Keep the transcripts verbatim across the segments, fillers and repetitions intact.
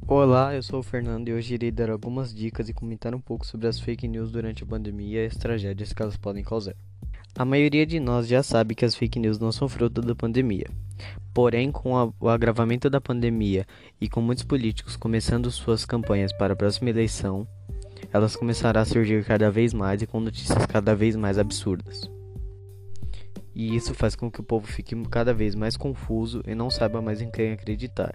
Olá, eu sou o Fernando e hoje irei dar algumas dicas e comentar um pouco sobre as fake news durante a pandemia e as tragédias que elas podem causar. A maioria de nós já sabe que as fake news não são fruto da pandemia. Porém, com a, o agravamento da pandemia e com muitos políticos começando suas campanhas para a próxima eleição, elas começarão a surgir cada vez mais e com notícias cada vez mais absurdas. E isso faz com que o povo fique cada vez mais confuso e não saiba mais em quem acreditar.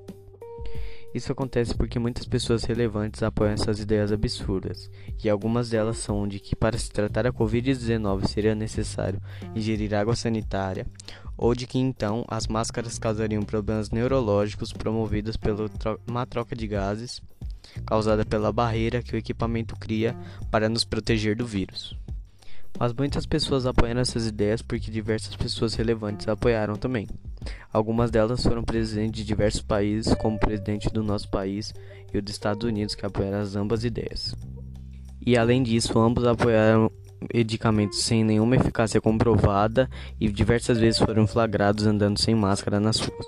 Isso acontece porque muitas pessoas relevantes apoiam essas ideias absurdas, e algumas delas são de que para se tratar a covid dezenove seria necessário ingerir água sanitária, ou de que então as máscaras causariam problemas neurológicos promovidos pela tro- má troca de gases causada pela barreira que o equipamento cria para nos proteger do vírus. Mas muitas pessoas apoiaram essas ideias porque diversas pessoas relevantes apoiaram também. Algumas delas foram presidentes de diversos países, como o presidente do nosso país e o dos Estados Unidos, que apoiaram as ambas ideias. E além disso, ambos apoiaram medicamentos sem nenhuma eficácia comprovada e diversas vezes foram flagrados andando sem máscara nas ruas.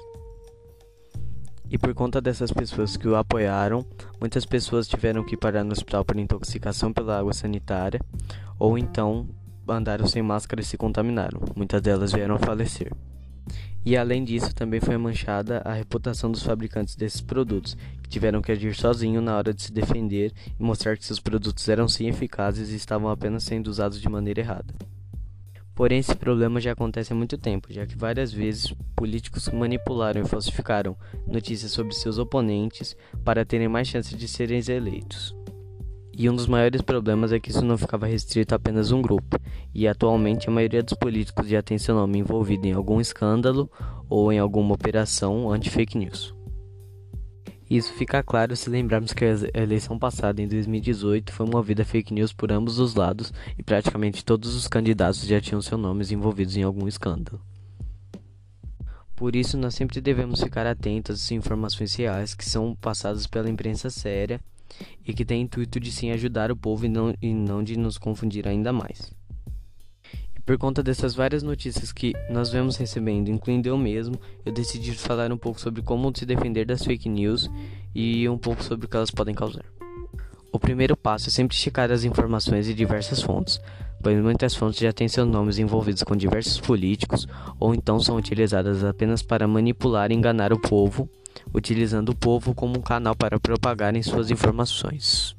E por conta dessas pessoas que o apoiaram, muitas pessoas tiveram que parar no hospital por intoxicação pela água sanitária, ou então andaram sem máscara e se contaminaram. Muitas delas vieram a falecer. E além disso, também foi manchada a reputação dos fabricantes desses produtos, que tiveram que agir sozinhos na hora de se defender e mostrar que seus produtos eram sim eficazes e estavam apenas sendo usados de maneira errada. Porém, esse problema já acontece há muito tempo, já que várias vezes políticos manipularam e falsificaram notícias sobre seus oponentes para terem mais chances de serem eleitos. E um dos maiores problemas é que isso não ficava restrito a apenas um grupo, e atualmente a maioria dos políticos já tem seu nome envolvido em algum escândalo ou em alguma operação anti-fake news. Isso fica claro se lembrarmos que a eleição passada, em dois mil e dezoito, foi movida fake news por ambos os lados e praticamente todos os candidatos já tinham seus nomes envolvidos em algum escândalo. Por isso, nós sempre devemos ficar atentos às informações reais que são passadas pela imprensa séria e que tem intuito de sim ajudar o povo e não, e não de nos confundir ainda mais. E por conta dessas várias notícias que nós vemos recebendo, incluindo eu mesmo, eu decidi falar um pouco sobre como se defender das fake news e um pouco sobre o que elas podem causar. O primeiro passo é sempre checar as informações de diversas fontes, pois muitas fontes já têm seus nomes envolvidos com diversos políticos ou então são utilizadas apenas para manipular e enganar o povo, utilizando o povo como um canal para propagarem suas informações.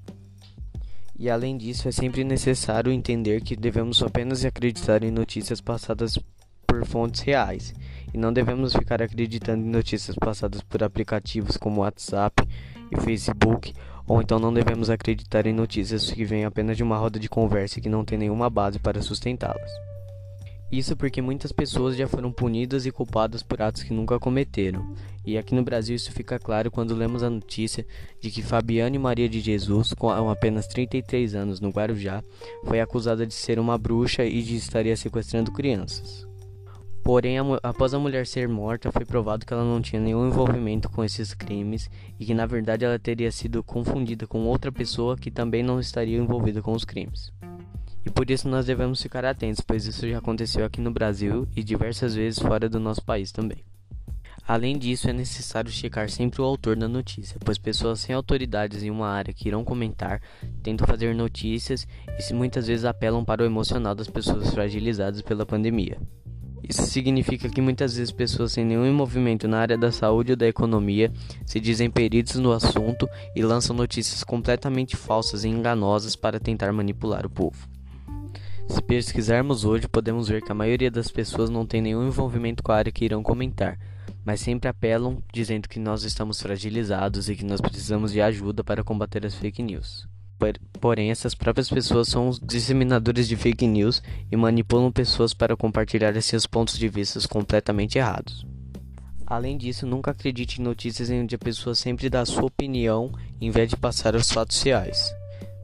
E além disso, é sempre necessário entender que devemos apenas acreditar em notícias passadas por fontes reais, e não devemos ficar acreditando em notícias passadas por aplicativos como WhatsApp e Facebook, ou então não devemos acreditar em notícias que vêm apenas de uma roda de conversa e que não tem nenhuma base para sustentá-las. Isso porque muitas pessoas já foram punidas e culpadas por atos que nunca cometeram. E aqui no Brasil isso fica claro quando lemos a notícia de que Fabiane Maria de Jesus, com apenas trinta e três anos no Guarujá, foi acusada de ser uma bruxa e de estaria sequestrando crianças. Porém, a, após a mulher ser morta, foi provado que ela não tinha nenhum envolvimento com esses crimes e que na verdade ela teria sido confundida com outra pessoa que também não estaria envolvida com os crimes. E por isso nós devemos ficar atentos, pois isso já aconteceu aqui no Brasil e diversas vezes fora do nosso país também. Além disso, é necessário checar sempre o autor da notícia, pois pessoas sem autoridades em uma área que irão comentar tentam fazer notícias e muitas vezes apelam para o emocional das pessoas fragilizadas pela pandemia. Isso significa que muitas vezes pessoas sem nenhum envolvimento na área da saúde ou da economia se dizem peritos no assunto e lançam notícias completamente falsas e enganosas para tentar manipular o povo. Se pesquisarmos hoje, podemos ver que a maioria das pessoas não tem nenhum envolvimento com a área que irão comentar, mas sempre apelam dizendo que nós estamos fragilizados e que nós precisamos de ajuda para combater as fake news. Porém, essas próprias pessoas são os disseminadores de fake news e manipulam pessoas para compartilhar seus pontos de vista completamente errados. Além disso, nunca acredite em notícias em onde a pessoa sempre dá a sua opinião em vez de passar os fatos reais,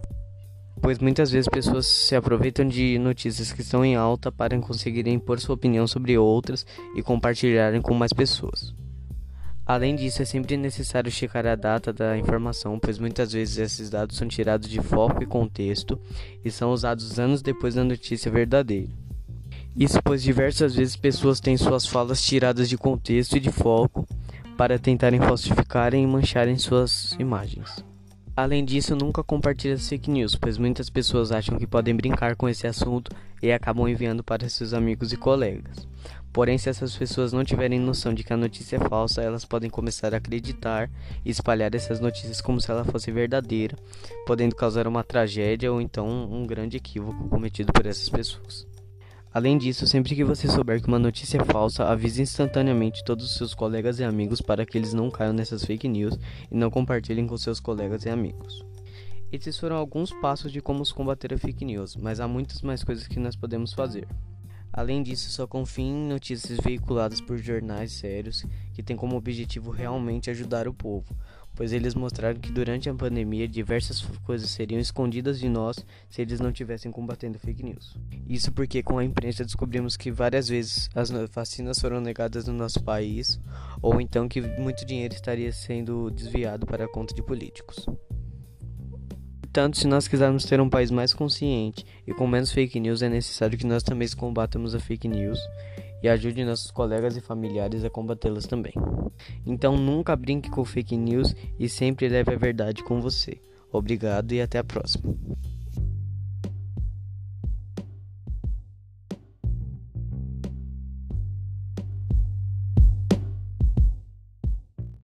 pois muitas vezes pessoas se aproveitam de notícias que estão em alta para conseguirem impor sua opinião sobre outras e compartilharem com mais pessoas. Além disso, é sempre necessário checar a data da informação, pois muitas vezes esses dados são tirados de foco e contexto e são usados anos depois da notícia verdadeira. Isso pois diversas vezes pessoas têm suas falas tiradas de contexto e de foco para tentarem falsificarem e mancharem suas imagens. Além disso, nunca compartilhe as fake news, pois muitas pessoas acham que podem brincar com esse assunto e acabam enviando para seus amigos e colegas. Porém, se essas pessoas não tiverem noção de que a notícia é falsa, elas podem começar a acreditar e espalhar essas notícias como se ela fosse verdadeira, podendo causar uma tragédia ou então um grande equívoco cometido por essas pessoas. Além disso, sempre que você souber que uma notícia é falsa, avise instantaneamente todos os seus colegas e amigos para que eles não caiam nessas fake news e não compartilhem com seus colegas e amigos. Esses foram alguns passos de como combater a fake news, mas há muitas mais coisas que nós podemos fazer. Além disso, só confie em notícias veiculadas por jornais sérios que têm como objetivo realmente ajudar o povo, pois eles mostraram que durante a pandemia diversas coisas seriam escondidas de nós se eles não estivessem combatendo fake news. Isso porque com a imprensa descobrimos que várias vezes as vacinas foram negadas no nosso país, ou então que muito dinheiro estaria sendo desviado para a conta de políticos. Portanto, se nós quisermos ter um país mais consciente e com menos fake news, é necessário que nós também combatamos a fake news e ajude nossos colegas e familiares a combatê-las também. Então nunca brinque com fake news e sempre leve a verdade com você. Obrigado e até a próxima.